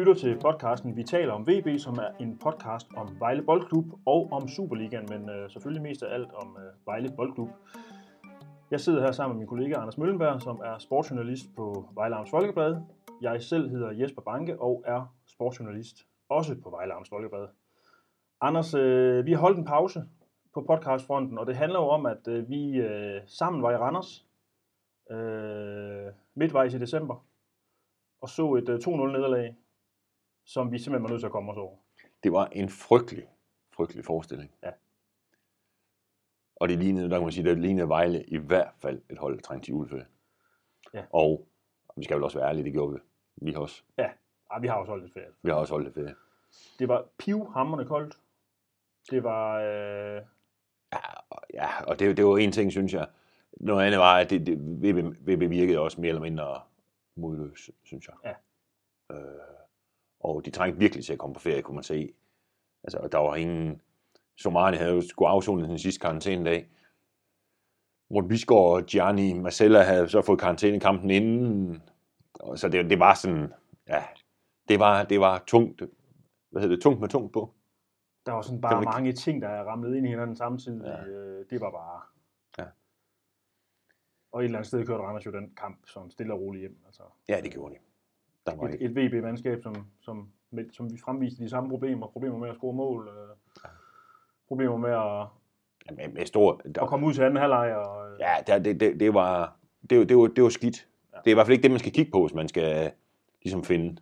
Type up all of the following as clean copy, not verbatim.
lytter til podcasten Vi taler om VB, som er en podcast om Vejle Boldklub og om Superligaen, men selvfølgelig mest af alt om Vejle Boldklub. Jeg sidder her sammen med min kollega Anders Møllenberg, som er sportsjournalist på Vejle Amts Folkeblad. Jeg selv hedder Jesper Banke og er sportsjournalist også på Vejle Amts Folkeblad. Anders, vi har holdt en pause på podcastfronten, og det handler jo om, at vi sammen var i Randers midtvejs i december og så et 2-0 nederlag, som vi simpelthen var nødt til at komme os over. Det var en frygtelig forestilling. Ja. Og det lignede, der kan man sige, det lignede Vejle i hvert fald et hold, der trængte til juleferie. Ja. Og vi skal vel også være ærlige, det gjorde vi. Vi har også. Ja, vi har også holdt lidt ferie. Vi har også holdt lidt ferie. Det var pivhamrende koldt. Det var... Ja, og det var en ting, synes jeg. Noget andet var, at VB virkede også mere eller mindre modløs, synes jeg. Ja. Og de trængte virkelig til at komme på ferie, kunne man se. Altså, der var ingen... Somani havde jo skulle afzone den sidste karantænedag. Morten Bisgaard og Gianni Marcella havde så fået karantænekampen inden. Så det var sådan... Ja, det var tungt. Hvad hedder det? Tungt med tungt på. Der var sådan bare mange ting, der er ramlet ind i hinanden samtidig. Ja. Det var bare... Ja. Og et eller andet sted kørte Randers jo den kamp sådan stille og roligt hjem. Altså, ja, det gjorde de. Der var et VB-mandskab, som vi fremviste de samme problemer. Problemer med at score mål. Problemer med at komme ud til anden halvleg. Og, ja, det var skidt. Ja. Det er i hvert fald ikke det, man skal kigge på, hvis man skal ligesom finde...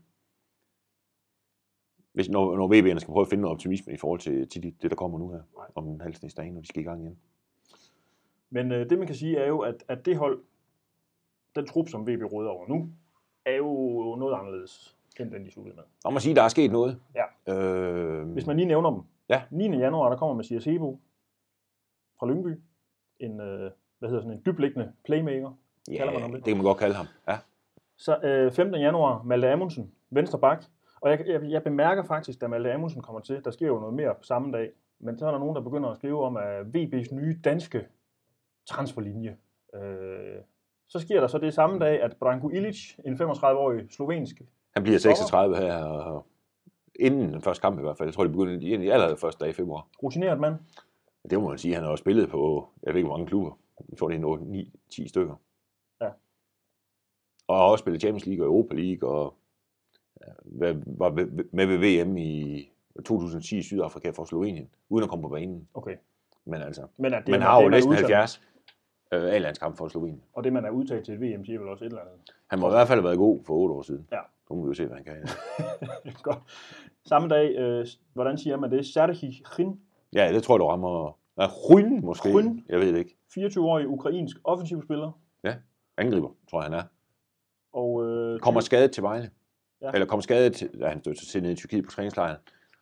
Når VB'erne skal prøve at finde noget optimisme i forhold til det, der kommer nu her. Nej. Om en halv snes dage, når de skal i gang igen. Men det, man kan sige, er jo, at det hold, den trup, som VB råder over nu, er jo noget anderledes, end den de sluttede med. Og man siger, der er sket noget. Ja. Hvis man lige nævner dem. Ja. 9. januar, der kommer Mathias Hebo fra Lyngby. En dybliggende playmaker. Ja, kalder man ham det kan man godt kalde ham. Ja. Så 15. januar, Malte Amundsen, venstre bak. Og jeg bemærker faktisk, da Malte Amundsen kommer til, der sker jo noget mere på samme dag. Men så er der nogen, der begynder at skrive om, at VB's nye danske transferlinje. Så sker der så det samme dag, at Branko Ilić, en 35-årig slovensk... Han bliver 36 her, inden den første kamp i hvert fald. Jeg tror, det begynder i allerede første dag i februar. Rutineret mand. Det må man sige. Han har også spillet på, jeg ved ikke hvor mange klubber. Jeg tror, det er 9-10 stykker. Ja. Og har også spillet Champions League og Europa League, og var med ved VM i 2010 i Sydafrika for Slovenien, uden at komme på banen. Okay. Men altså, man har jo næsten 70 A-landskamp for Slovenien. Og det, man er udtaget til et VM, siger vel også et eller andet. Han må i hvert fald have været god for 8 år siden. Ja. Nu må vi jo se, hvad han kan. Godt. Samme dag, hvordan siger man det? Serhij Hrin? Ja, det tror jeg, du rammer. Hryn måske. Hryn. Jeg ved det ikke. 24-årig ukrainsk offensiv spiller. Ja, angriber, tror jeg, han er. Og kommer skadet til Vejle. Ja. Eller kommer skadet til, da han stod til nede i Tyrkiet på træningslejren.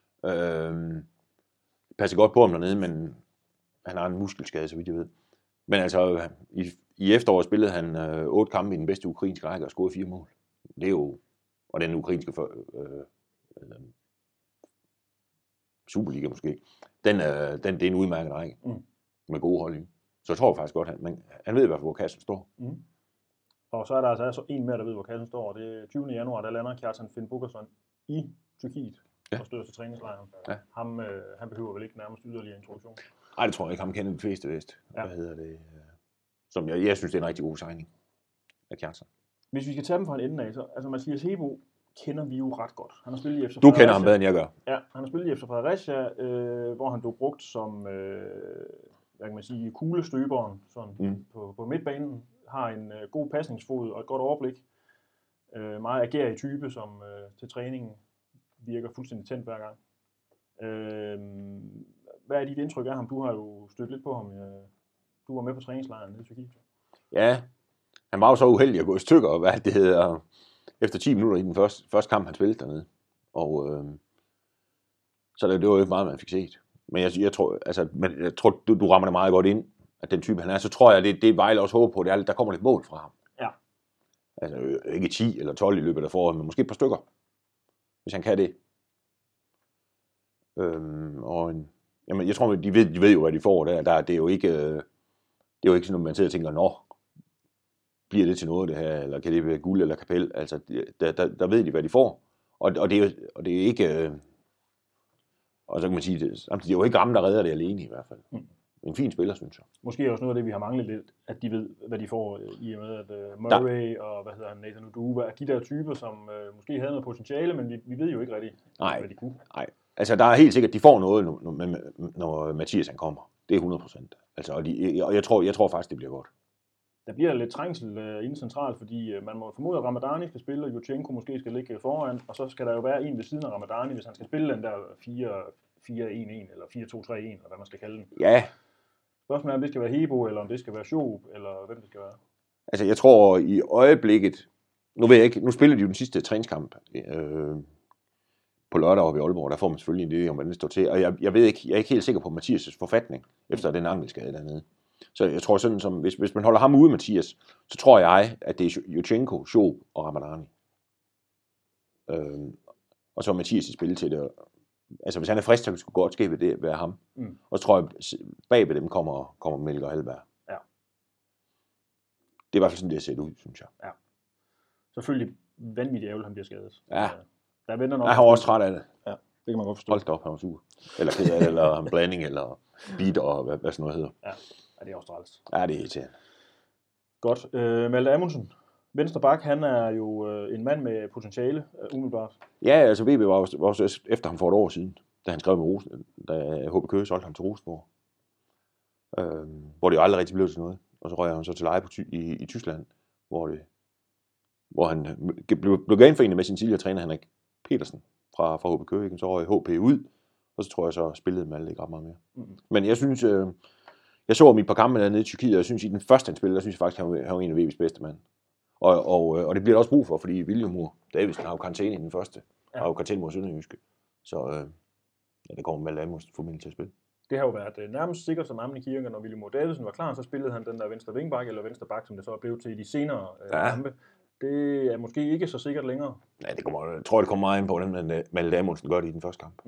Passer godt på ham dernede, men han har en muskelskade, så vidt jeg ved. Men altså, i efteråret spillede han 8 kampe i den bedste ukrainske række og scorede 4 mål. Det er jo... Og den ukrainske Superliga måske. Det er en udmærket række. Med gode hold i. Så jeg tror faktisk godt, han ved i hvert fald, hvor kassen står. Mm. Og så er der altså en mere, der ved, hvor kassen står. Og det er 20. januar, der lander Kjartan Finnbogason i Tyrkiet. Og støder til træningslejren. Ja. Han behøver vel ikke nærmest yderligere introduktion. Nej, det tror jeg ikke. Ham kender de fleste vist. Ja. Hvad hedder det? Som jeg synes, det er en rigtig god signing af Kjartan. Hvis vi skal tage dem fra en ende af, så altså Mathias Hebo kender vi jo ret godt. Han har spillet i FC Fredericia. Du kender ham bedre, end jeg gør. Ja, han har spillet i FC Fredericia, hvor han blev brugt som, hvad kan man sige, kuglestøberen sådan, på midtbanen. Har en god pasningsfod og et godt overblik. Meget agerig type, som til træningen virker fuldstændig tændt hver gang. Hvad er dit indtryk af ham? Du har jo stødt lidt på ham. Du var med på træningslejren i Tyrkiet. Ja, han var jo så uheldig at gå i stykker, og hvad det hedder, efter 10 minutter i den første kamp, han spillede dernede. Og så det var jo ikke meget, man fik set. Men jeg tror, du rammer det meget godt ind, at den type han er. Så tror jeg, det Vejle også håber på, det er, at der kommer lidt mål fra ham. Ja. Altså ikke 10 eller 12 i løbet af foråret, men måske et par stykker, hvis han kan det. Jamen, jeg tror, de ved jo, hvad de får der. Det er jo ikke sådan noget, man sidder og tænker, nå, bliver det til noget det her, eller kan det være guld eller kapel? Altså, der ved de, hvad de får, Og det er ikke... og så kan man sige, det er jo ikke Ramme, der redder det alene i hvert fald. En fin spiller, synes jeg. Måske også noget af det, vi har manglet lidt, at de ved, hvad de får, i og med, at Murray og Nathan Uduva er de der typer, som måske havde noget potentiale, men vi ved jo ikke rigtig, hvad de kunne. Nej, altså der er helt sikkert, de får noget, når Mathias han kommer. Det er 100%. Altså, og jeg tror faktisk, det bliver godt. Der bliver lidt trængsel inden centralt, fordi man må formode, at Ramadani skal spille, og Jutchenko måske skal ligge foran, og så skal der jo være en ved siden af Ramadani, hvis han skal spille den der 4-1-1, eller 4-2-3-1, eller hvad man skal kalde den. Ja. Spørgsmålet er, om det skal være Hebo, eller om det skal være Schoop, eller hvem det skal være. Altså, jeg tror i øjeblikket, nu ved jeg ikke, nu spiller de jo den sidste træningskamp på lørdag oppe i Aalborg, der får man selvfølgelig en idé om, hvordan det står til, og jeg ved ikke, jeg er ikke helt sikker på Mathias' forfatning, efter den ankelskade dernede. Så jeg tror sådan, som hvis man holder ham ude, Mathias, så tror jeg, at det er Jutchenko, Schoop og Ramadani. Og så er Mathias i spil til det. Altså, hvis han er frisk, så skulle godt ske ved det være ham. Og så tror jeg, bag ved dem kommer Melker og Hallberg. Ja. Det er i hvert fald sådan, det har set ud, synes jeg. Ja. Selvfølgelig vanvittigt ærgerligt, han bliver skadet. Ja. Der venter nok. Jeg har også træt af det. Ja, det kan man godt forstå. Hold da op, han var sur. Eller ked af det, eller en blanding, eller beat, og hvad sådan noget hedder. Ja, det er også træls. Ja, det er irriterende. Godt. Malte Amundsen, venstre bak, han er jo en mand med potentiale, umiddelbart. Ja, altså VB var også efter ham for et år siden, da han skrev med Rosen, da HB Køge solgte ham til Rosenborg. Hvor det jo aldrig rigtig blev til noget. Og så røg han så til leje i Tyskland, hvor han blev genforenet med sin tidligere træner Henrik Petersen fra HB Køge. Så røg HP ud, og så tror jeg så spillede Malte ikke ret meget mere. Men jeg synes, jeg så ham i et par kampe dernede i Tyrkiet, og jeg synes i den første han spillede, der synes jeg faktisk, han var en af VB's bedste mand. Og det bliver der også brug for, fordi William Davidsen har jo karantæne i den første, har jo karantæne mod Sønderjyske. Så det kommer Malte Amundsen formentlig til at spille. Det har jo været nærmest sikkert som Amne Kirker, når William Davidsen var klar, så spillede han den der venstre vingbak eller venstre bak, som det så er blevet til i de senere kampe. Det er måske ikke så sikkert længere. Nej, jeg tror, det kommer meget ind på, hvordan Malte Amundsen gør det i den første kamp.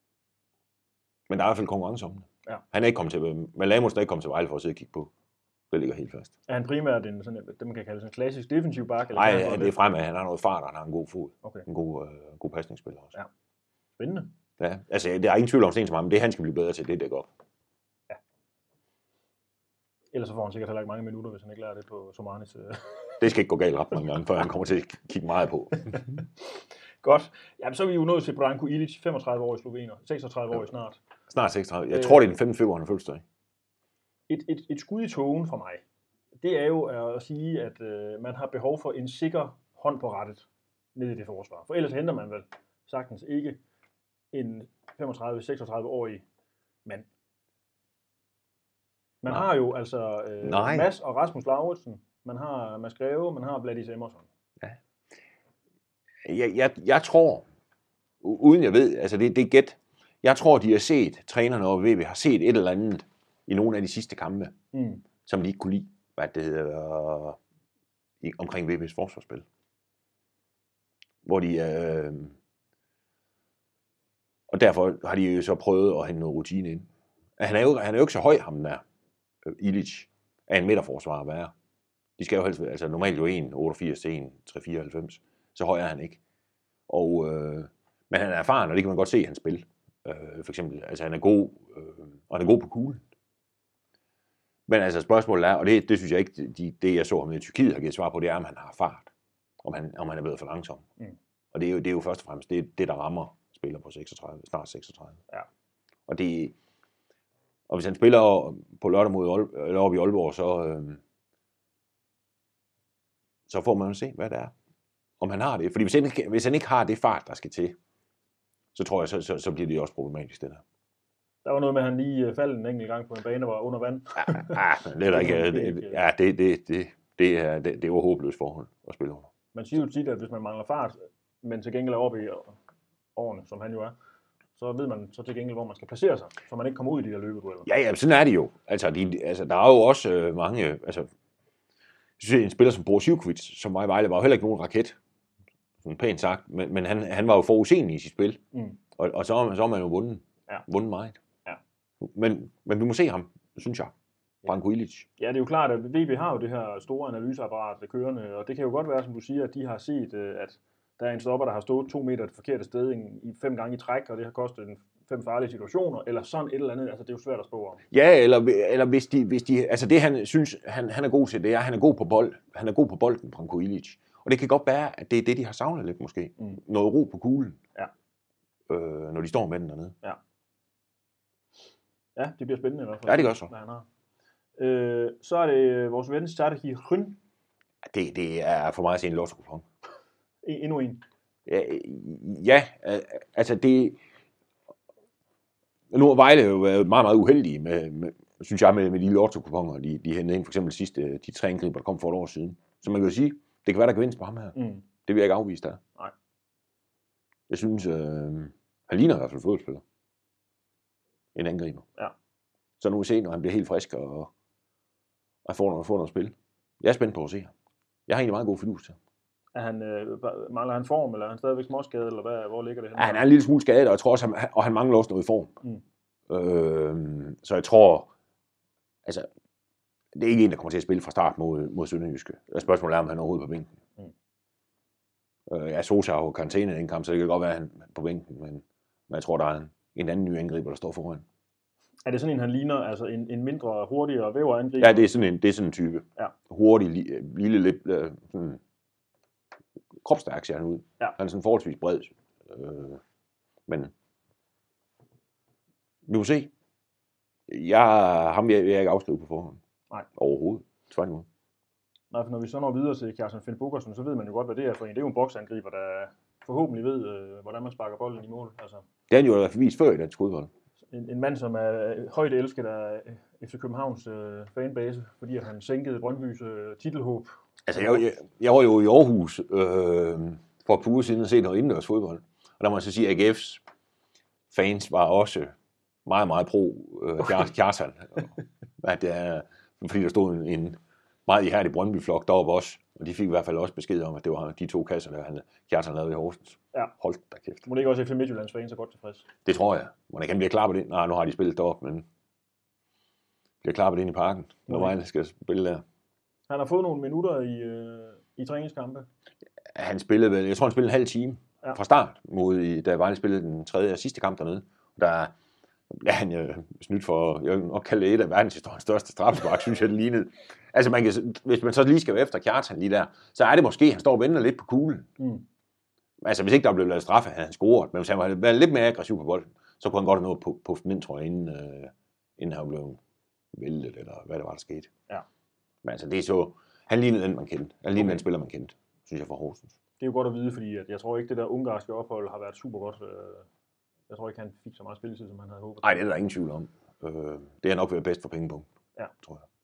Men der er i hvert fald konkurrence om det. Ja. Han er ikke kommet til, Malte Amundsen er ikke kommet til Vejle for at sidde og kigge på. Det ligger helt fast. Er han primært det man kan kalde sådan en klassisk defensiv bak? Nej, det er fremad. Han har noget fart, og han har en god fod. Okay. En god pasningsspiller også. Ja. Spændende. Ja, altså der er ingen tvivl om sådan som ham, men det han skal blive bedre til, det dækker op. Ja. Ellers så får han sikkert heller ikke mange minutter, hvis han ikke lærer det på Somanis. Det skal ikke gå galt ret mange gange, før han kommer til at kigge meget på. Godt. Jamen, så er vi jo nået til Branko Ilić, 35 år i Slovenien, 36 år snart. Snart 36. Jeg tror, det er den 5. februar, han er fødselsdag. Et skud i togen for mig, det er jo at sige, at man har behov for en sikker hånd på rettet nede i det forsvar. For ellers henter man vel sagtens ikke en 35-36-årig mand. Man har jo altså Mads og Rasmus Lauritsen, man har Mads Greve, man har Vladis Emerson. Ja. Jeg tror, uden jeg ved, altså det er gæt, jeg tror, de har set, trænerne og VB har set et eller andet i nogle af de sidste kampe, som de ikke kunne lide, hvad det hedder, omkring VB's forsvarsspil. Hvor de, og derfor har de jo så prøvet at hente noget rutine ind. Han er jo ikke så høj, ham der, Ilić, af en midterforsvar at være. De skal jo helst, altså normalt jo 1,88 til 1,394, så høj er han ikke. Men han er erfaren, og det kan man godt se i hans spil. For eksempel, altså han er god, og han er god på kuglen. Men altså spørgsmålet er, og det synes jeg ikke, det jeg så ham i Tyrkiet har givet svar på, det er, om han har fart. Om han er blevet for langsom. Og det er jo først og fremmest det, der rammer spiller på 36, snart 36. Ja. Og hvis han spiller på lørdag eller oppe i Aalborg, så får man jo se, hvad det er. Om han har det. Fordi hvis han ikke har det fart, der skal til, så tror jeg, så bliver det også problematisk, det der. Der var noget med, at han lige faldt en enkelt gang på en bane, der var under vand. Det er der ikke. Det er jo håbløst forhold at spille under. Man siger jo tit, at hvis man mangler fart, men til gengæld er oppe i årene, som han jo er, så ved man så til gengæld, hvor man skal placere sig, så man ikke kommer ud i de der løbedueller. Ja, sådan er det jo. Altså, der er jo også mange, altså, jeg synes, en spiller som Boris Ivkovic, som var i Vejle, var jo heller ikke nogen raket, sådan pænt sagt, men han var jo forudseende i sit spil, og så er man jo vundet meget. Ja. Men vi må se ham, synes jeg. Branko Ilić. Ja, det er jo klart, at VB har jo det her store analyseapparat kørende, og det kan jo godt være, som du siger, at de har set, at der er en stopper, der har stået 2 meter det forkerte sted i 5 gange i træk, og det har kostet 5 farlige situationer, eller sådan et eller andet. Altså, det er jo svært at spå om. Ja, eller hvis de altså det han synes, han er god til, det er, at han er god på bold. Han er god på bolden, Branko Ilić. Og det kan godt være, at det er det, de har savnet lidt måske. Noget ro på kuglen. Ja. Når de står med den dernede. Ja. Ja, det bliver spændende i hvert fald. Ja, det gør så. Så er det vores ven Serhii Rün. Det er for mig at se en lotto-kupon. Endnu en. Ja, altså det... Nu har Vejle jo været meget, meget uheldige synes jeg, med de lotto-kuponer, de hentede ind, for eksempel de 3 angriber, der kom for et år siden. Så man kan jo sige, det kan være, der gevinst på ham her. Det vil jeg ikke afvise der. Nej. Jeg synes, han ligner i hvert fald fodboldspiller. En angriber. Ja. Så nu vil vi se, når han bliver helt frisk og får noget spil. Jeg er spændt på at se ham. Jeg har egentlig meget god fidus til. Mangler han form, eller er han stadigvæk småskadet, eller hvor ligger det henne? Ja, han er en lille smule skadet, og jeg tror også, og han mangler også noget form. Så jeg tror, altså, det er ikke en, der kommer til at spille fra start mod Sønderjyske. Spørgsmålet er, om han er overhovedet på bænken. Sosa har jo karantæne i den kamp, så det kan godt være, at han er på bænken, men jeg tror, der er en anden ny angriber, der står foran. Er det sådan en, han ligner, altså en mindre, hurtigere væverangriber? Ja, det er sådan en type. Ja. Hurtig, lille, lidt kropstærk ser han ud. Ja. Han er sådan forholdsvis bred. Men vi må se. Ham vil jeg ikke afskrive på forhånd. Nej. Overhovedet. Tværtimod. Nej, for når vi så når videre til Kjartan Finn Bukkersen, så ved man jo godt, hvad det er for en. Det er jo en boksangriber, der forhåbentlig ved, hvordan man sparker bolden i mål. Altså, det er han jo i hvert fald vist før i dansk fodbold. En mand, som er højt elsket af FC Københavns fanbase, fordi at han sænkede Brøndbys titelhåb. Altså, jeg var jo i Aarhus for et par uger siden og set noget indendørs fodbold. Og der må jeg så sige, at AGF's fans var også meget, meget pro Kjartan. At det er, fordi der stod en meget ihærdig Brøndby-flok deroppe også. Og de fik i hvert fald også besked om, at det var de 2 kasser, der Kjartan lavede i Horsens. Ja. Hold da kæft. Må det ikke også FC Midtjyllands fans er godt tilfreds? Det tror jeg. Må det kan blive klar på det? Nej, nu har de spillet deroppe, men bliver klar på det inde i parken, når Vejle skal spille der. Han har fået nogle minutter i træningskampe. Han spillede vel, jeg tror han spillede en halv time fra start, da Vejle spillede den 3. og sidste kamp dernede. Der er han snydt for, jeg vil nok kalde det et af verdenshistoriens største straffespark, synes jeg det lignede. Altså hvis man så lige skal være efter Kjartan lige der, så er det måske, han står og venter lidt på kuglen. Altså hvis ikke der blev lavet straffe, havde han scoret, men hvis han var været lidt mere aggressiv på bolden, så kunne han godt have nået på den, tror jeg, inden han blev væltet, eller hvad det var, der skete. Ja. Men altså det er så, han lignede den, man kendte. Han lignede den spiller, man kendte, synes jeg, fra Horsens. Det er jo godt at vide, fordi jeg tror ikke, det der ungarske ophold har været super godt. Jeg tror ikke, han fik så meget spilletid, som han havde håbet. Nej, det er der ingen tvivl om. Det er nok været bedst for pengepunkt, tror jeg.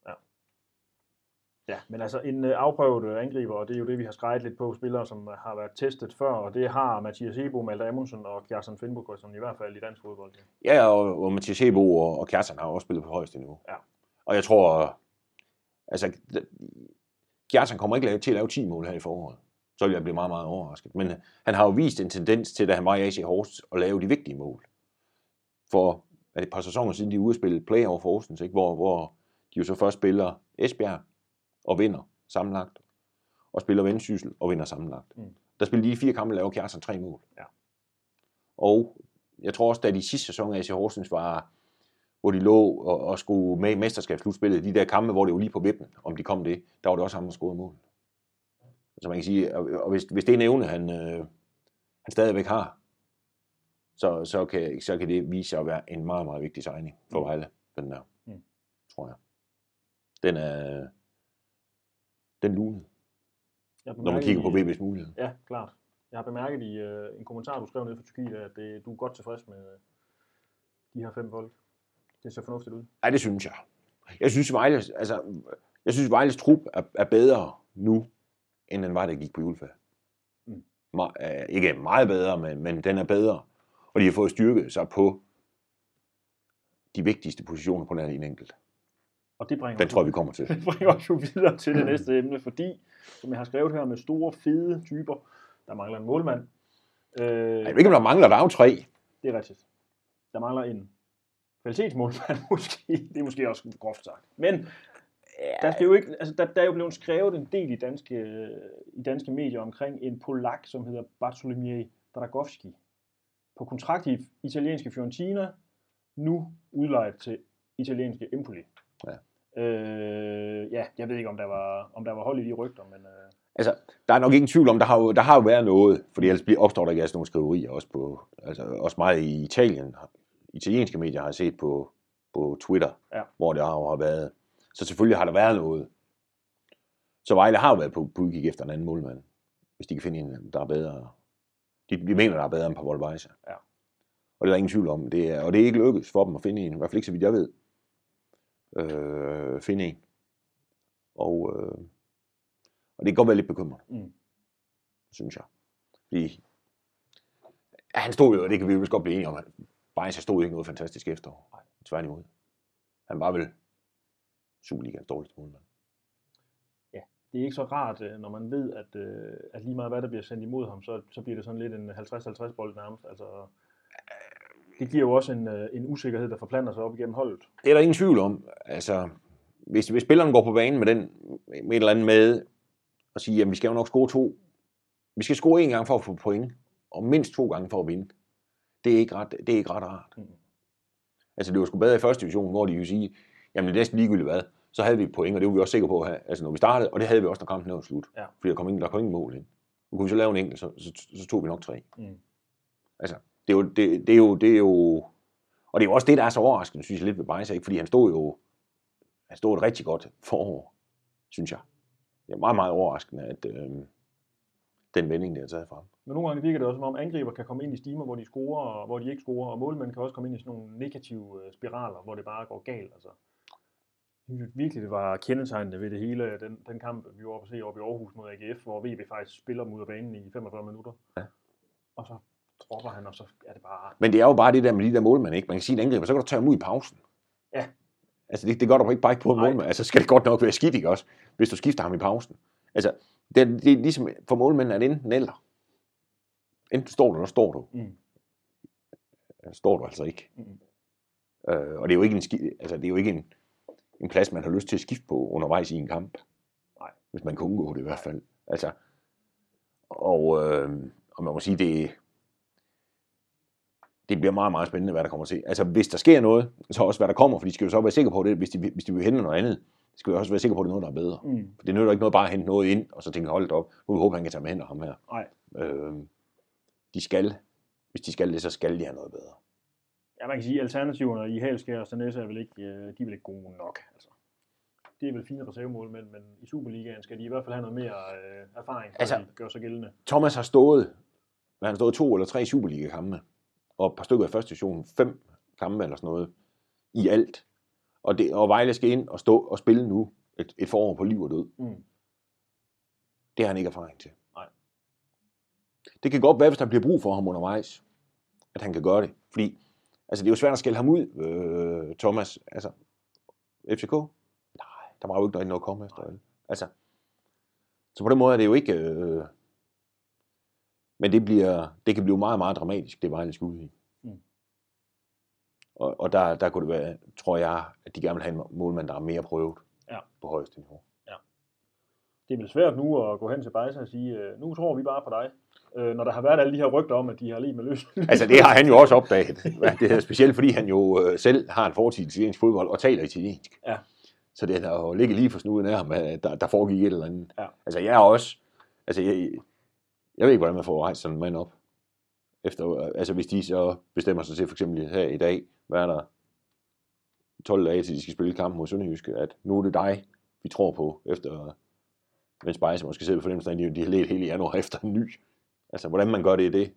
Ja, men altså en afprøvet angriber, og det er jo det, vi har skrejet lidt på, spillere, som har været testet før, og det har Mathias Hebo, Malte Amundsen og Kjartan Finn Bukkersen i hvert fald i dansk fodbold. Ja, og Mathias Hebo og Kjartan har også spillet på højeste niveau. Ja. Og jeg tror, altså, Kjartan kommer ikke til at lave 10 mål her i foråret. Så vil jeg blive meget, meget overrasket. Men han har jo vist en tendens til, da han var i AC Horsens, at lave de vigtige mål. For er det et par sæsoner siden, de er ude at spille playoff for Horsens, ikke? Hvor de jo så først spiller Esbjerg og vinder sammenlagt, og spiller Vendsyssel og vinder sammenlagt. Der spiller de 4 kampe, laver Kjartan 3 mål. Ja. Og jeg tror også, da de sidste sæson af AC Horsens var, hvor de lå og skulle med i mesterskabsslutspillet, de der kampe, hvor det var lige på vippen, om de kom det, der var det også ham, der scorede mål. Så man kan sige, og hvis det er nævne, han stadigvæk har, så kan det vise sig at være en meget, meget vigtig signing for Vejle, den der, tror jeg. Den lunede, når man kigger på VB's mulighed. Ja, klart. Jeg har bemærket i en kommentar, du skrev ned fra Tyrkiet, at du er godt tilfreds med de her 5 folk. Det ser fornuftigt ud. Ja, det synes jeg. Jeg synes, Vejles trup er bedre nu, end den var, der gik på juleferie. Ikke meget bedre, men den er bedre. Og de har fået styrket sig på de vigtigste positioner på den enkelt. Og det den tror jeg, vi kommer til. Det bringer os jo videre til det næste emne, fordi, som jeg har skrevet her, med store, fede typer, der mangler en målmand. Jeg ved ikke, om der mangler, der er jo 3. Det er rigtigt. Der mangler en kvalitetsmålmand, måske. Det er måske også groft sagt. Men Der skal jo ikke, altså der er jo blevet skrevet en del i danske medier omkring en polak, som hedder Bartolomiej Dragowski, på kontrakt i italienske Fiorentina, nu udlejet til italienske Empoli. Ja. Jeg ved ikke, om der var hold i de rygter, men... Altså, der er nok ingen tvivl om, der har jo været noget, fordi ellers opstår der ikke altså nogle skriverier, også meget i Italien. Italienske medier har jeg set på Twitter, hvor det har været. Så selvfølgelig har der været noget. Så Vejle har jo været på udkig efter en anden målmand, hvis de kan finde en, der er bedre. Vi mener, der er bedre end Pavol Bajsa. Ja. Og det er der ingen tvivl om. Og det er ikke lykkedes for dem at finde en, i hvert fald ikke så vidt jeg ved. Finde en. Og det kan godt være lidt bekymrende, synes jeg. Fordi han stod jo, og det kan vi jo godt blive enige om, at Bajsa stod ikke noget fantastisk efterår. Tværtimod. Han var vel Superligaens dårligste målmand. Ja, det er ikke så rart, når man ved, at lige meget hvad der bliver sendt imod ham, så bliver det sådan lidt en 50-50 bold nærmest. Altså, det giver jo også en usikkerhed, der forplanter sig op igennem holdet. Det er der ingen tvivl om. Altså, hvis spilleren går på banen med et eller andet med at sige, at vi skal jo nok score 2. Vi skal score 1 gang for at få point, og mindst 2 gange for at vinde. Det er ikke ret rart. Altså, det var sgu bedre i første division, hvor de jo sige, jamen det er næsten ligegyldigt hvad, så havde vi et point, og det var vi også sikre på at have, altså når vi startede, og det havde vi også, når kampen var slut. Ja. Fordi der kom ingen mål ind. Og kunne vi så lave en enkelt, så tog vi nok 3. Altså, det er jo, og det er jo også det, der er så overraskende, synes jeg lidt ved Bajsa, ikke? Fordi han stod et rigtig godt forår, synes jeg. Det er meget, meget overraskende, at den vending, der er taget fra. Men nogle gange virker det også, som om angriber kan komme ind i stimer, hvor de scorer, og hvor de ikke scorer, og målmænd kan også komme ind i sådan nogle negative spiraler, hvor det bare går galt. Altså, virkelig, det var kendetegnende ved det hele, den kamp, vi var på at se oppe i Aarhus mod AGF, hvor VB faktisk spiller dem ud af banen i 45 minutter. Ja. Og så dropper han, og så er det bare... Men det er jo bare det der med de der målmænd, ikke? Man kan sige en angriber, så kan du tage ham ud i pausen. Ja. Altså, det gør du bare ikke på en målmand. Altså, skal det godt nok være skidt, ikke også? Hvis du skifter ham i pausen. Altså, det er ligesom for målmænden, at enten eller. Enten står du, eller står du. Står du altså ikke. Og det er jo ikke det er jo ikke en plads, man har lyst til at skifte på undervejs i en kamp. Nej. Hvis man kan undgå det i hvert fald. Altså, og man må sige, det bliver meget, meget spændende, hvad der kommer til. Altså, hvis der sker noget, så også hvad der kommer, for de skal jo så være sikre på det, hvis de vil hente noget andet, skal vi også være sikre på, at det er noget, der er bedre. For det nytter ikke noget bare at hente noget ind, og så tænke, hold det op, nu vil vi håbe, han kan tage med hen og ham her. Nej. Hvis de skal det, så skal de have noget bedre. Ja, man kan sige, at alternativerne i Halskær og Stanesse er vel ikke gode nok. Altså, det er vel fine reservemål, men i Superligaen skal de i hvert fald have noget mere erfaring, for at de gør sig gældende. Thomas har stået 2 eller 3 Superliga-kampe, og et par stykker i første division, 5 kampe eller sådan noget, i alt. Og Vejle skal ind og stå og spille nu et forår på liv og død. Det har han ikke erfaring til. Nej. Det kan godt være, hvis der bliver brug for ham undervejs, at han kan gøre det. Fordi altså, det er jo svært at skælde ham ud, Thomas. Altså, FCK? Nej, der var jo ikke noget at komme efter. Altså, så på den måde er det jo ikke... men det kan blive meget, meget dramatisk, det Vejle skal ud i. Og der kunne det være, tror jeg, at de gerne vil have en målmand, der er mere prøvet på højeste niveau. Ja. Det er vel svært nu at gå hen til Bajsa og sige, nu tror vi bare på dig. Når der har været alle de her rygter om, at de har lige med løs. Altså det har han jo også opdaget. Det er specielt, fordi han jo selv har en fortid i italiensk fodbold og taler italiensk. Ja. Så det er jo ligger lige for snuden af ham, at der foregik et eller andet. Ja. Altså jeg er også... Altså jeg ved ikke, hvordan man får rejst sådan en mand op. Altså hvis de så bestemmer sig til for eksempel her i dag, hvad er der 12 dage til de skal spille kampen mod Sønderjyske, at nu er det dig, vi tror på, efter mens Bajsa måske sidder for dem, så de har let hele januar efter en ny. Altså hvordan man gør det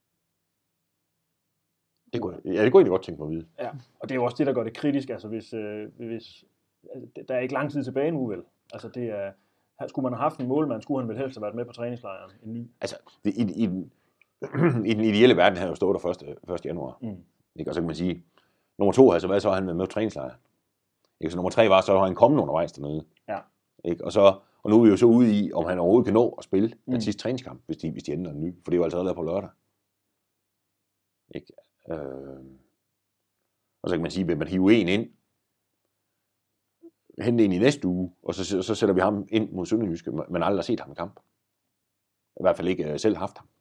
kunne jeg egentlig godt tænke mig at vide. Ja, og det er jo også det, der gør det kritisk, altså hvis der er ikke lang tid tilbage nu vel. Altså det er, skulle man have haft en målmand, skulle han vel helst have været med på træningslejren en ny. Altså i den ideelle verden havde jo stået der 1. januar. Ikke? Og så kan man sige, nummer 2 altså hvad så har han været med på træningslejren. Ikke? Så nummer 3 var, så har han kommet undervejs dernede. Ja. Ikke? Og nu er vi jo så ude i, om han overhovedet kan nå at spille den sidste træningskamp, hvis de ændrer en ny. For det er jo altså allerede på lørdag. Ikke? Og så kan man sige, vil man hive en ind, hente en i næste uge, og så sætter vi ham ind mod Sønderjyske, men aldrig set ham i kamp. I hvert fald ikke selv haft ham.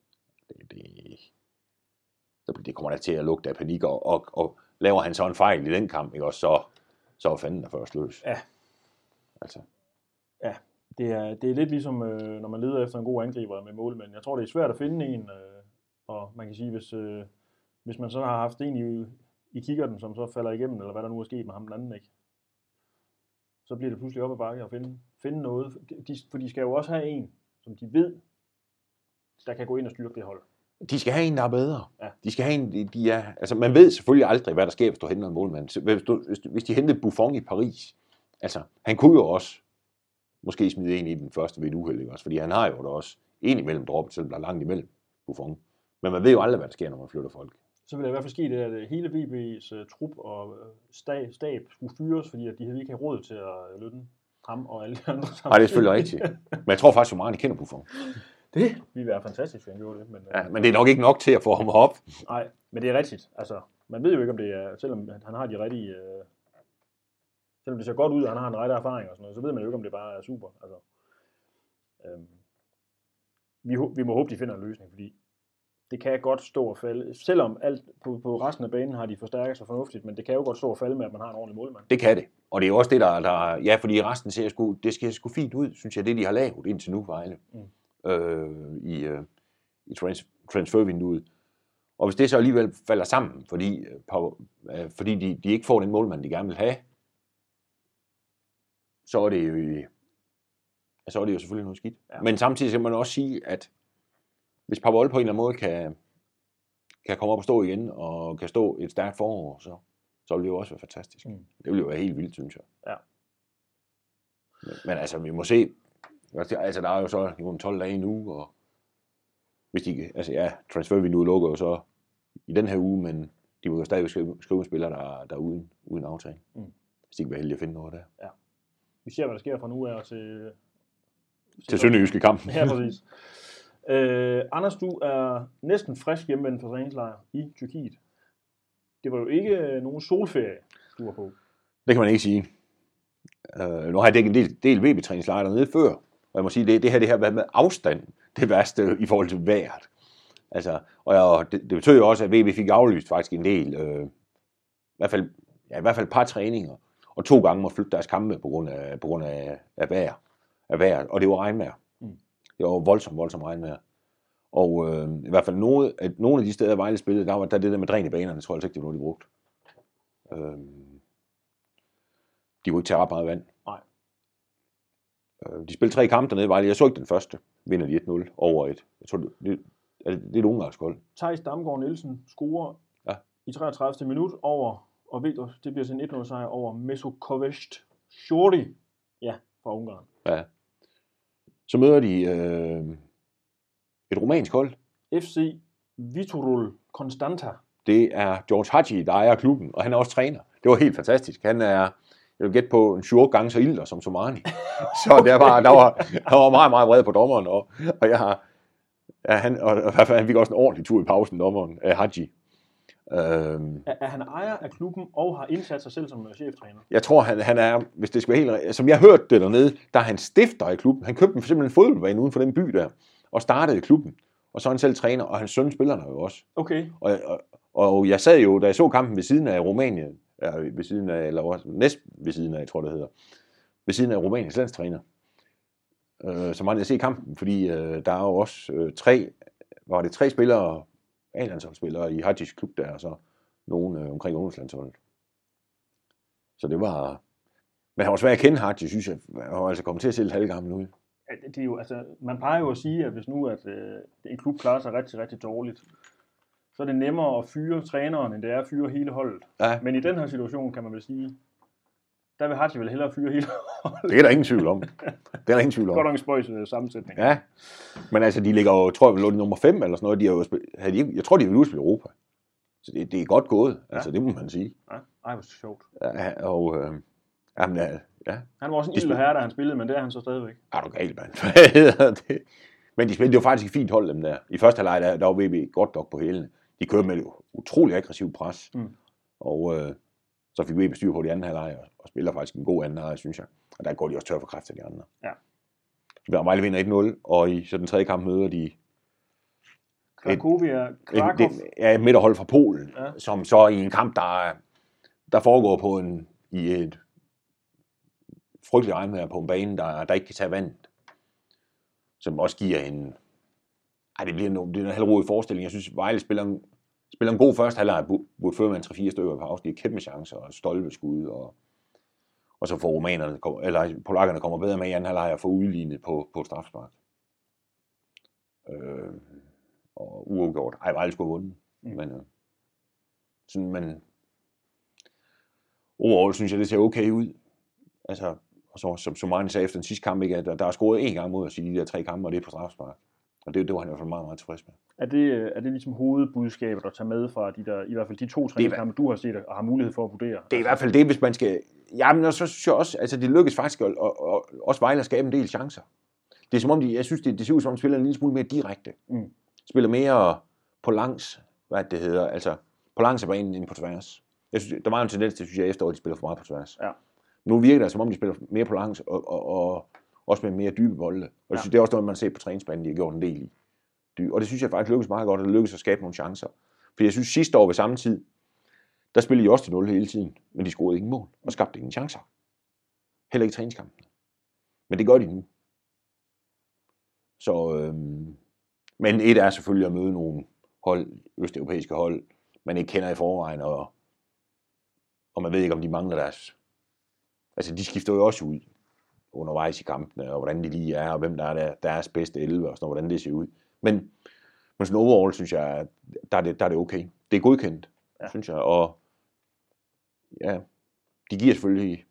Det kommer der til at lugte af panik, og laver han så en fejl i den kamp, ikke? Og så er fanden der først løs. Ja. Altså. Ja, det er lidt ligesom, når man leder efter en god angriber med målmænd. Jeg tror, det er svært at finde en, og man kan sige, hvis man så har haft en i kikkerten, som så falder igennem, eller hvad der nu er sket med ham den anden, ikke? Så bliver det pludselig op ad bakke at finde noget. For de skal jo også have en, som de ved, der kan gå ind og styrke det hold. De skal have en, der er bedre. Ja. De skal have en, altså man ved selvfølgelig aldrig, hvad der sker, hvis du henter en målmand. Hvis de hentede Buffon i Paris, altså han kunne jo også måske smide en i den første ved et uheld, ikke også? Fordi han har jo da også en imellem droppet, selvom der er langt imellem Buffon. Men man ved jo aldrig, hvad der sker, når man flytter folk. Så vil der i hvert fald ske det, at hele VB's trup og stab skulle fyres, fordi at de havde ikke have råd til at lønne ham og alle de andre sammen. Nej, det er selvfølgelig rigtigt. Men jeg tror faktisk, at meget kender Buffon. Det ville være fantastisk, hvis han gjorde det. Men det er nok ikke nok til at få ham op. Nej, men det er rigtigt. Altså, man ved jo ikke, om det er, selvom han har de rigtige... selvom det ser godt ud, og han har en rette erfaring og sådan noget, så ved man jo ikke, om det bare er super. Altså, vi må håbe, de finder en løsning, fordi det kan godt stå og falde. Selvom alt på resten af banen har de forstærket sig fornuftigt, men det kan jo godt stå og falde med, at man har en ordentlig målmand. Det kan det. Og det er jo også det, der ja, fordi resten det ser sgu fint ud, synes jeg, det de har lavet indtil nu, Vejle. I transfervinduet. Og hvis det så alligevel falder sammen, fordi de ikke får den målmand, de gerne vil have, så er det jo selvfølgelig noget skidt. Ja. Men samtidig skal man også sige, at hvis Pavol på en eller anden måde kan komme op og stå igen, og kan stå et stærkt forår, så vil det jo også være fantastisk. Det vil jo være helt vildt, synes jeg. Ja. Men altså, vi må se. Altså, der er jo så 12 dage nu, og hvis de, altså ja, transfervinduet lukker jo så i den her uge, men de vil jo stadig skrive spillere, der er uden aftale. Hvis de ikke vil heldige at finde noget der. Ja. Vi ser, hvad der sker fra nu af til Sønderjyske kampen. Ja, præcis. Anders, du er næsten frisk hjemvendt fra træningslejr i Tyrkiet. Det var jo ikke nogen solferie, du var på. Det kan man ikke sige. Nu har jeg dækket en del VB-træningslejre dernede før, og jeg må sige, det her har været med afstand det værste i forhold til vejret. Altså, og det betød jo også, at VB fik aflyst faktisk en del, i hvert fald et par træninger, og 2 gange måtte flytte deres kampe på grund af vejret, og det var regnvejr. Det var voldsomt regnvejr. Og i hvert fald nogle af de steder, Vejle spillede, der det der med dræn i banerne, tror jeg ikke, det var noget, de brugte. De kunne ikke tage ret meget vand. Nej. De spillede 3 kampe dernede i Vejle. Jeg så ikke den første. Vinder de 1-0 over et. Jeg tror, det er et ungarsk hold. Theis Damgaard Nielsen scorer i 33. minut over, og ved du, det bliver sådan en 1-0 sejr over Mesokovest Shorty. Ja, fra Ungarn. Ja. Så møder de et rumænsk hold. FC Viitorul Constanta. Det er George Hagi, der ejer klubben, og han er også træner. Det var helt fantastisk. Han er, jeg vil gætte på, en 7 gange så ilter som Somani. Så der var meget, meget vred på dommeren, og han fik også en ordentlig tur i pausen, dommeren, Hagi. Er han ejer af klubben og har indsat sig selv som cheftræner? Jeg tror, han er, hvis det skal være helt... Som jeg hørte det dernede, der er han stifter i klubben. Han købte simpelthen en fodboldbane uden for den by der, og startede i klubben. Og så er han selv træner, og hans søn spiller der jo også. Okay. Og jeg sad jo, da jeg så kampen ved siden af Rumænien, næst ved siden af, jeg tror det hedder, ved siden af Rumæniens landstræner, så måtte jeg se kampen, fordi der er jo også 3 spillere, A-landsholdsspillere i Hagis klub der, og så nogen omkring ungdomslandsholdet. Så det var... Men han var svær at kende Hagi, synes jeg. Han var altså kommet til at se lidt halvgammel ud. Ja, det er jo, altså, man plejer jo at sige, at hvis nu at, en klub klarer sig rigtig, rigtig dårligt, så er det nemmere at fyre træneren, end det er at fyre hele holdet. Ja. Men i den her situation, kan man vel sige, der vil Hagi vel hellere fyre hele holdet. Det er der ingen tvivl om. Godt nok en spøjs sammensætning. Ja, men altså, de ligger jo, tror jeg, lå nummer 5 eller sådan noget. Jeg tror, de vil udspille Europa. Så det er godt gået, altså det må man sige. Ja, ej, hvor sjovt. Ja, og... Jamen, ja. Han var også en ilde herre, da han spillede, men det er han så stadigvæk. Er du galt, mand? Hvad hedder det? Men de spillede jo faktisk et fint hold, dem der. I første halvleg, der var VB godt nok på hælene. De kørte med et utrolig aggressivt pres. Og Så fik VB styr på de anden halvleg, og spiller faktisk en god anden halvleg, synes jeg. Og der går de også tør for kraft af de andre. Ja. Så Vejle vinder 1-0, og i så den tredje kamp møder de Krakow. et midterhold fra Polen, som så i en kamp, der foregår i et frygteligt regnvejr på en bane, der ikke kan tage vandet. Som også giver en... det bliver en halvrodet forestilling. Jeg synes, Vejle spiller en god første halvleg, burde føre med en 3-4 stykker på pause. Det er kæmpe chancer og stolpeskud, og så får polakkerne kommer bedre med i anden halvleg og får udlignet på et strafspark. Og uafgjort. Vejle skulle have vundet. Men overall synes jeg, det ser okay ud. Altså, og så, som Martin sagde efter den sidste kamp, ikke, at der er scoret en gang mod os i de der 3 kampe, og det er på strafspark. Og det var han i hvert fald meget, meget tilfreds med. Er det ligesom hovedbudskabet at tage med fra i hvert fald de 2 træningskampe, du har set og har mulighed for at vurdere? Det er i hvert fald det, hvis man skal... Jamen, og så synes jeg også, altså det lykkes faktisk også Vejle at skabe en del chancer. Det er som om, jeg synes, det ser ud som om, de spiller en lille smule mere direkte. Spiller mere på langs, altså på langs af banen end på tværs. Jeg synes, der var en tendens til, synes jeg, efteråret, de spiller for meget på tværs. Ja. Nu virker det, som om de spiller mere på langs, og også med mere dybe bolde. Og jeg synes, det er også noget, man ser på træningsbanen, de har gjort en del i. Og det synes jeg faktisk lykkes meget godt, at det lykkes at skabe nogle chancer. For jeg synes, sidste år ved samme tid, der spillede de også til 0 hele tiden, men de scorede ikke mål og skabte ingen chancer. Heller ikke i træningskampen. Men det gør de nu. Så, men et er selvfølgelig at møde nogle østeuropæiske hold, man ikke kender i forvejen, og man ved ikke, om de mangler deres... Altså, de skifter jo også ud undervejs i kampene, og hvordan de lige er, og hvem der er deres bedste 11, og sådan hvordan det ser ud. Men sådan overall, synes jeg, der er det okay. Det er godkendt, synes jeg, og ja, de giver selvfølgelig...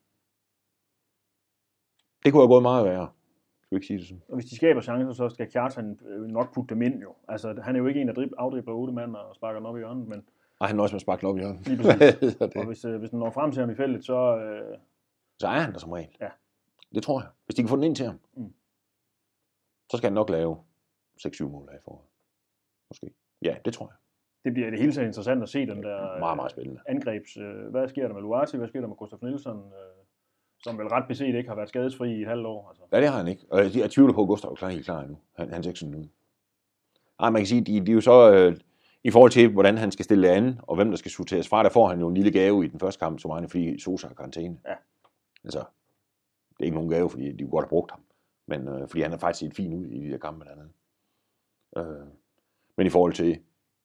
Det kunne have gået meget værre. Skal ikke sige det sådan. Og hvis de skaber chancer, så skal Kjartan nok putte dem ind jo. Altså, han er jo ikke en, der afdribler 8 mand og sparker den op i hjørnet, men... Nej, han er også med at sparke den op i hjørnet. Lige præcis. Og hvis den når frem til ham i feltet, så... Så er han der som regel. Ja. Det tror jeg. Hvis de kan få den ind til ham, så skal han nok lave 6-7 mål af i foråret. Måske. Ja, det tror jeg. Det bliver det hele taget interessant at se den der... Meget, meget spændende. Angrebs... Hvad sker der med Luati? Hvad sker der med Gustaf Nielsen? Som vel ret beset ikke har været skadesfri i et halvt år. Altså. Ja, det har han ikke. Og jeg tvivler på, at Gustaf er helt klar nu. Han ser ikke sådan ud. Ej, man kan sige, de er jo så... I forhold til, hvordan han skal stille det an, og hvem der skal sorteres fra, der får han jo en lille gave i den første kamp, som han fordi Sosa har karantæne. Ja. Altså, det er ikke nogen gave, fordi de godt har brugt ham. Men fordi han er faktisk set fin ud i de der kampe dernede. Men i forhold til...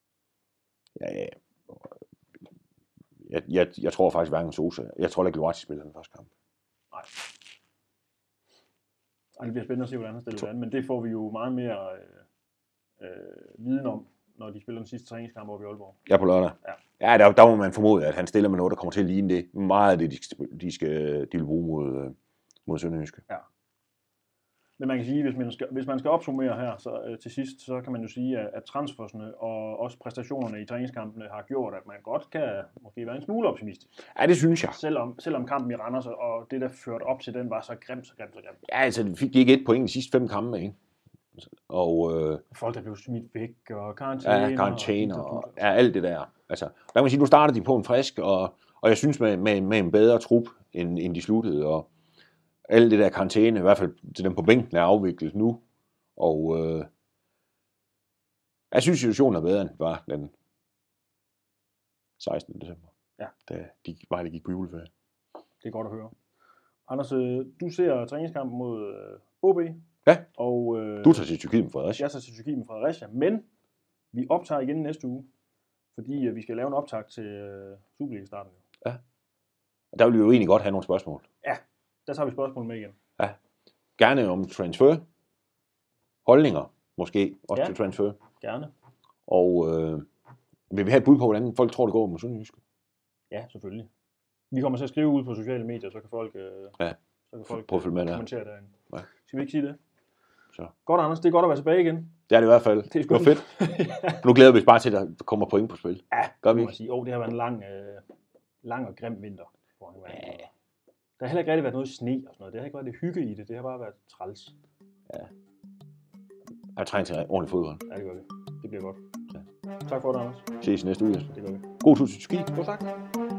Jeg tror faktisk hverken Sosa. Jeg tror ikke, Luati spiller den første kamp. Nej. Det bliver spændende at se, hvordan han stiller det an, men det får vi jo meget mere viden om, når de spiller den sidste træningskamp oppe i Aalborg. Ja, på lørdag. Ja, der må man formode, at han stiller med noget, der kommer til at ligne det. Meget af det, de vil bruge mod Sønderjyske. Ja. Men man kan sige, hvis man skal opsummere her så, til sidst, så kan man jo sige, at transfersne og også præstationerne i træningskampene har gjort, at man godt kan måske være en smule optimistisk. Ja, det synes jeg. Selvom kampen i Randers og det, der førte op til den, var så grimt. Ja, altså, de fik ikke 1 point i de sidste 5 kampe, ikke? Og, folk, der blev smidt væk, og karantæner. Og alt det der. Altså, der kan man sige, nu starter de på en frisk, og jeg synes med en bedre trup, end de sluttede, og alt det der karantæne, i hvert fald til dem på bænken, er afviklet nu. Og jeg synes, situationen er bedre, end var den 16. december. Ja. Da de Vejle gik på juleferie. Det er godt at høre. Anders, du ser træningskampen mod OB. Ja, og, du tager til Tyrkiet med Fredericia. Jeg tager til Tyrkiet med Fredericia, men vi optager igen næste uge, fordi vi skal lave en optag til Superliga-starten. Ja, og der vil vi jo egentlig godt have nogle spørgsmål. Ja, der tager vi spørgsmål med igen. Ja, gerne om transfer, holdninger måske, også til transfer. Gerne. Og vil vi have et bud på, hvordan folk tror, det går med Sønderjyske? Ja, selvfølgelig. Vi kommer til at skrive ud på sociale medier, så kan folk, kommentere derinde. Ja. Skal vi ikke sige det? Så. Godt, Anders. Det er godt at være tilbage igen. Det er det i hvert fald. Det var fedt. Nu glæder vi os bare til, at der kommer point på spil. Ja, gør vi ikke? Det har været en lang og grim vinter. Ja. Der har heller ikke rigtig været noget sne og sådan noget. Det har ikke været det hygge i det. Det har bare været træls. Ja. Jeg trænger til ordentligt fodbold. Ja, det gør vi. Det bliver godt. Ja. Tak for det, Anders. Ses næste uge. Det gør vi. God tur til Tyrkiet. God tak.